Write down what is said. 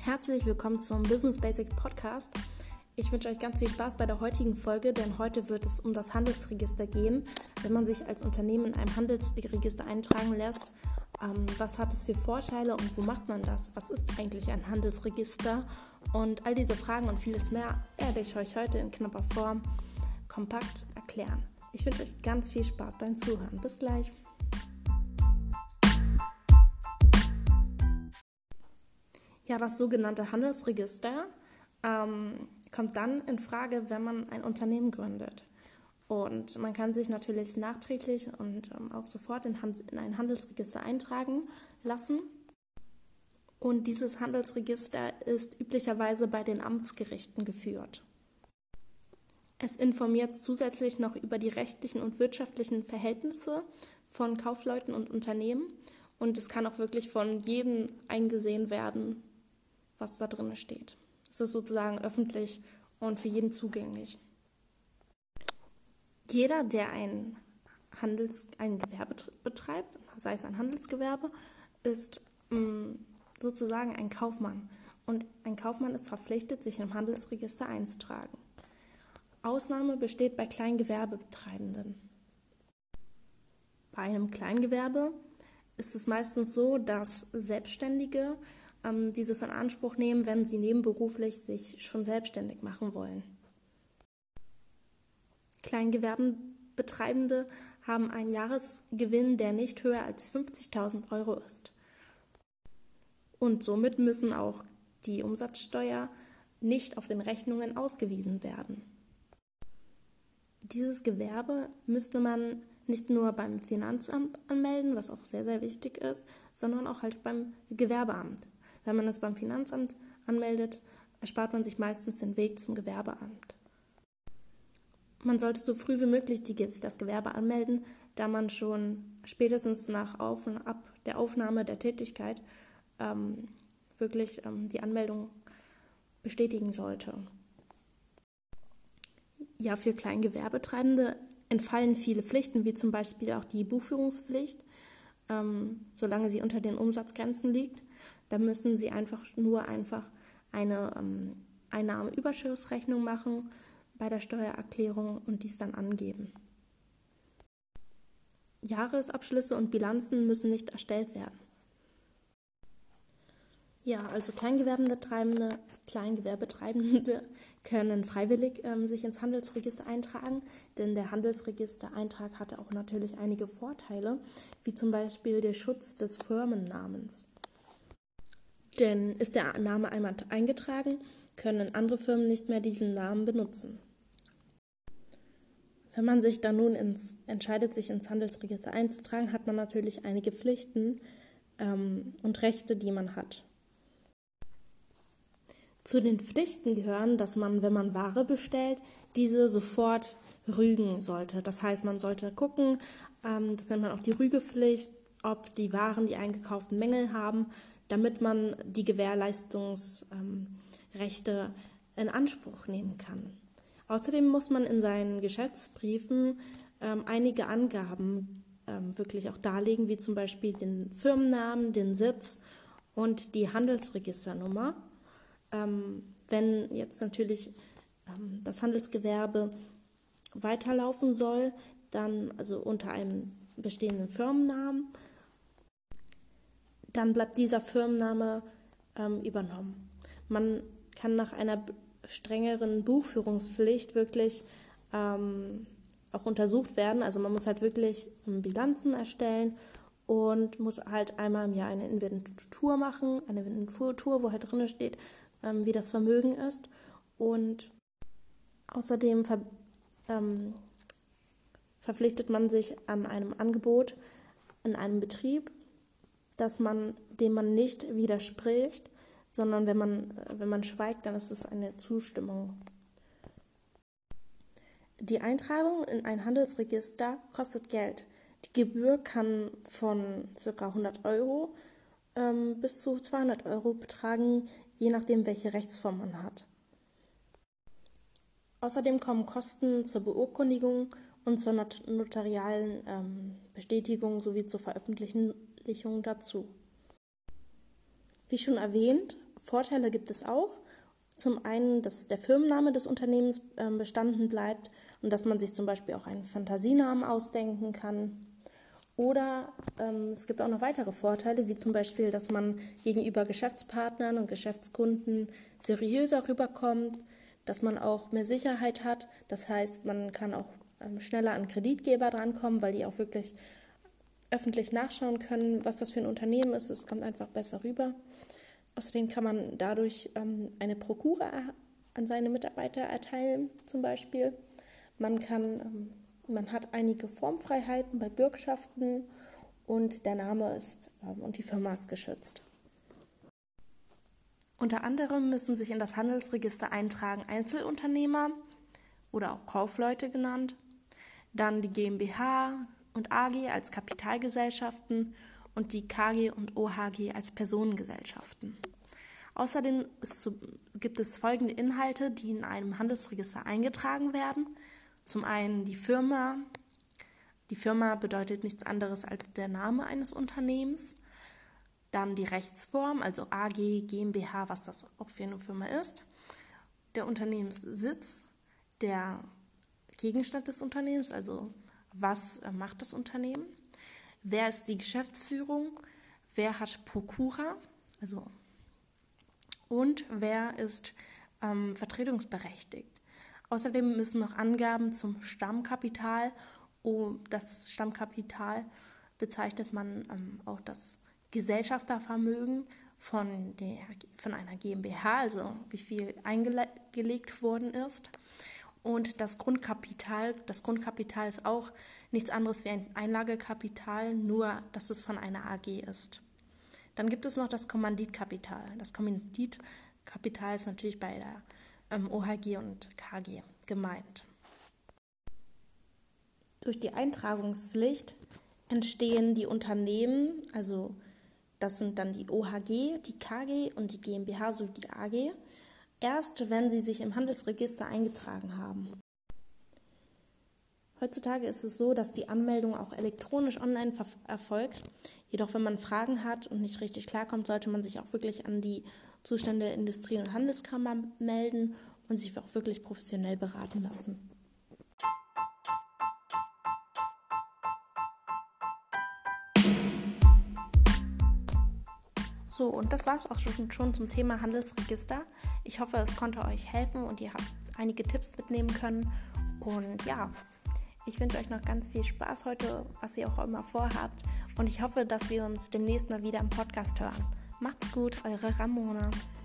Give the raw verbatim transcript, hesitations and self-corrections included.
Herzlich willkommen zum Business Basics Podcast. Ich wünsche euch ganz viel Spaß bei der heutigen Folge, denn heute wird es um das Handelsregister gehen. Wenn man sich als Unternehmen in einem Handelsregister eintragen lässt, ähm, was hat es für Vorteile und wo macht man das? Was ist eigentlich ein Handelsregister? Und all diese Fragen und vieles mehr werde ich euch heute in knapper Form kompakt erklären. Ich wünsche euch ganz viel Spaß beim Zuhören. Bis gleich. Ja, das sogenannte Handelsregister ähm, kommt dann in Frage, wenn man ein Unternehmen gründet. Und man kann sich natürlich nachträglich und ähm, auch sofort in, Hand- in ein Handelsregister eintragen lassen. Und dieses Handelsregister ist üblicherweise bei den Amtsgerichten geführt. Es informiert zusätzlich noch über die rechtlichen und wirtschaftlichen Verhältnisse von Kaufleuten und Unternehmen. Und es kann auch wirklich von jedem eingesehen werden, was da drin steht. Es ist sozusagen öffentlich und für jeden zugänglich. Jeder, der ein, Handels-, ein Gewerbe betreibt, sei es ein Handelsgewerbe, ist mh, sozusagen ein Kaufmann. Und ein Kaufmann ist verpflichtet, sich im Handelsregister einzutragen. Ausnahme besteht bei Kleingewerbebetreibenden. Bei einem Kleingewerbe ist es meistens so, dass Selbstständige ähm, dieses in Anspruch nehmen, wenn sie nebenberuflich sich schon selbstständig machen wollen. Kleingewerbebetreibende haben einen Jahresgewinn, der nicht höher als fünfzigtausend Euro ist. Und somit müssen auch die Umsatzsteuer nicht auf den Rechnungen ausgewiesen werden. Dieses Gewerbe müsste man nicht nur beim Finanzamt anmelden, was auch sehr, sehr wichtig ist, sondern auch halt beim Gewerbeamt. Wenn man es beim Finanzamt anmeldet, erspart man sich meistens den Weg zum Gewerbeamt. Man sollte so früh wie möglich die, das Gewerbe anmelden, da man schon spätestens nach Auf und Ab der Aufnahme der Tätigkeit ähm, wirklich ähm, die Anmeldung bestätigen sollte. Ja, für Kleingewerbetreibende entfallen viele Pflichten, wie zum Beispiel auch die Buchführungspflicht, ähm, solange sie unter den Umsatzgrenzen liegt. Da müssen sie einfach nur einfach eine ähm, Einnahmenüberschussrechnung machen bei der Steuererklärung und dies dann angeben. Jahresabschlüsse und Bilanzen müssen nicht erstellt werden. Ja, also Kleingewerbetreibende, Kleingewerbetreibende können freiwillig ähm, sich ins Handelsregister eintragen, denn der Handelsregistereintrag hatte auch natürlich einige Vorteile, wie zum Beispiel der Schutz des Firmennamens. Denn ist der Name einmal eingetragen, können andere Firmen nicht mehr diesen Namen benutzen. Wenn man sich dann nun ins, entscheidet, sich ins Handelsregister einzutragen, hat man natürlich einige Pflichten ähm, und Rechte, die man hat. Zu den Pflichten gehören, dass man, wenn man Ware bestellt, diese sofort rügen sollte. Das heißt, man sollte gucken, ähm, das nennt man auch die Rügepflicht, ob die Waren die eingekauften Mängel haben, damit man die Gewährleistungsrechte ähm, in Anspruch nehmen kann. Außerdem muss man in seinen Geschäftsbriefen ähm, einige Angaben ähm, wirklich auch darlegen, wie zum Beispiel den Firmennamen, den Sitz und die Handelsregisternummer. Ähm, wenn jetzt natürlich ähm, das Handelsgewerbe weiterlaufen soll, dann also unter einem bestehenden Firmennamen, dann bleibt dieser Firmenname ähm, übernommen. Man kann nach einer strengeren Buchführungspflicht wirklich ähm, auch untersucht werden. Also man muss halt wirklich Bilanzen erstellen und muss halt einmal im Jahr eine Inventur machen, eine Inventur, wo halt drin steht, ähm, wie das Vermögen ist. Und außerdem ver, ähm, verpflichtet man sich an einem Angebot in einem Betrieb, dass man, dem man nicht widerspricht, sondern wenn man, wenn man schweigt, dann ist es eine Zustimmung. Die Eintragung in ein Handelsregister kostet Geld. Die Gebühr kann von ca. hundert Euro ähm, bis zu zweihundert Euro betragen, je nachdem, welche Rechtsform man hat. Außerdem kommen Kosten zur Beurkundigung und zur not- notarialen ähm, Bestätigung sowie zur Veröffentlichung dazu. Wie schon erwähnt, Vorteile gibt es auch. Zum einen, dass der Firmenname des Unternehmens äh, bestanden bleibt und dass man sich zum Beispiel auch einen Fantasienamen ausdenken kann. Oder ähm, es gibt auch noch weitere Vorteile, wie zum Beispiel, dass man gegenüber Geschäftspartnern und Geschäftskunden seriöser rüberkommt, dass man auch mehr Sicherheit hat. Das heißt, man kann auch ähm, schneller an Kreditgeber drankommen, weil die auch wirklich öffentlich nachschauen können, was das für ein Unternehmen ist. Es kommt einfach besser rüber. Außerdem kann man dadurch ähm, eine Prokura an seine Mitarbeiter erteilen, zum Beispiel. Man kann, ähm, man hat einige Formfreiheiten bei Bürgschaften und der Name ist ähm, und die Firma ist geschützt. Unter anderem müssen sich in das Handelsregister eintragen Einzelunternehmer oder auch Kaufleute genannt, dann die GmbH und A G als Kapitalgesellschaften und die K G und O H G als Personengesellschaften. Außerdem ist, gibt es folgende Inhalte, die in einem Handelsregister eingetragen werden. Zum einen die Firma. Die Firma bedeutet nichts anderes als der Name eines Unternehmens. Dann die Rechtsform, also A G, GmbH, was das auch für eine Firma ist. Der Unternehmenssitz, der Gegenstand des Unternehmens, also was macht das Unternehmen. Wer ist die Geschäftsführung? Wer hat Prokura? Also und wer ist ähm, vertretungsberechtigt? Außerdem müssen noch Angaben zum Stammkapital. Oh, das Stammkapital bezeichnet man ähm, auch das Gesellschaftervermögen von, der, von einer GmbH, also wie viel eingelegt worden ist. Und das Grundkapital, das Grundkapital ist auch nichts anderes wie ein Einlagekapital, nur dass es von einer A G ist. Dann gibt es noch das Kommanditkapital. Das Kommanditkapital ist natürlich bei der ähm, O H G und K G gemeint. Durch die Eintragungspflicht entstehen die Unternehmen, also das sind dann die O H G, die K G und die GmbH sowie die A G, erst wenn sie sich im Handelsregister eingetragen haben. Heutzutage ist es so, dass die Anmeldung auch elektronisch online erfolgt. Jedoch, wenn man Fragen hat und nicht richtig klarkommt, sollte man sich auch wirklich an die Zustände der Industrie- und Handelskammer melden und sich auch wirklich professionell beraten lassen. So, und das war es auch schon, schon zum Thema Handelsregister. Ich hoffe, es konnte euch helfen und ihr habt einige Tipps mitnehmen können. Und ja, ich wünsche euch noch ganz viel Spaß heute, was ihr auch immer vorhabt. Und ich hoffe, dass wir uns demnächst mal wieder im Podcast hören. Macht's gut, eure Ramona.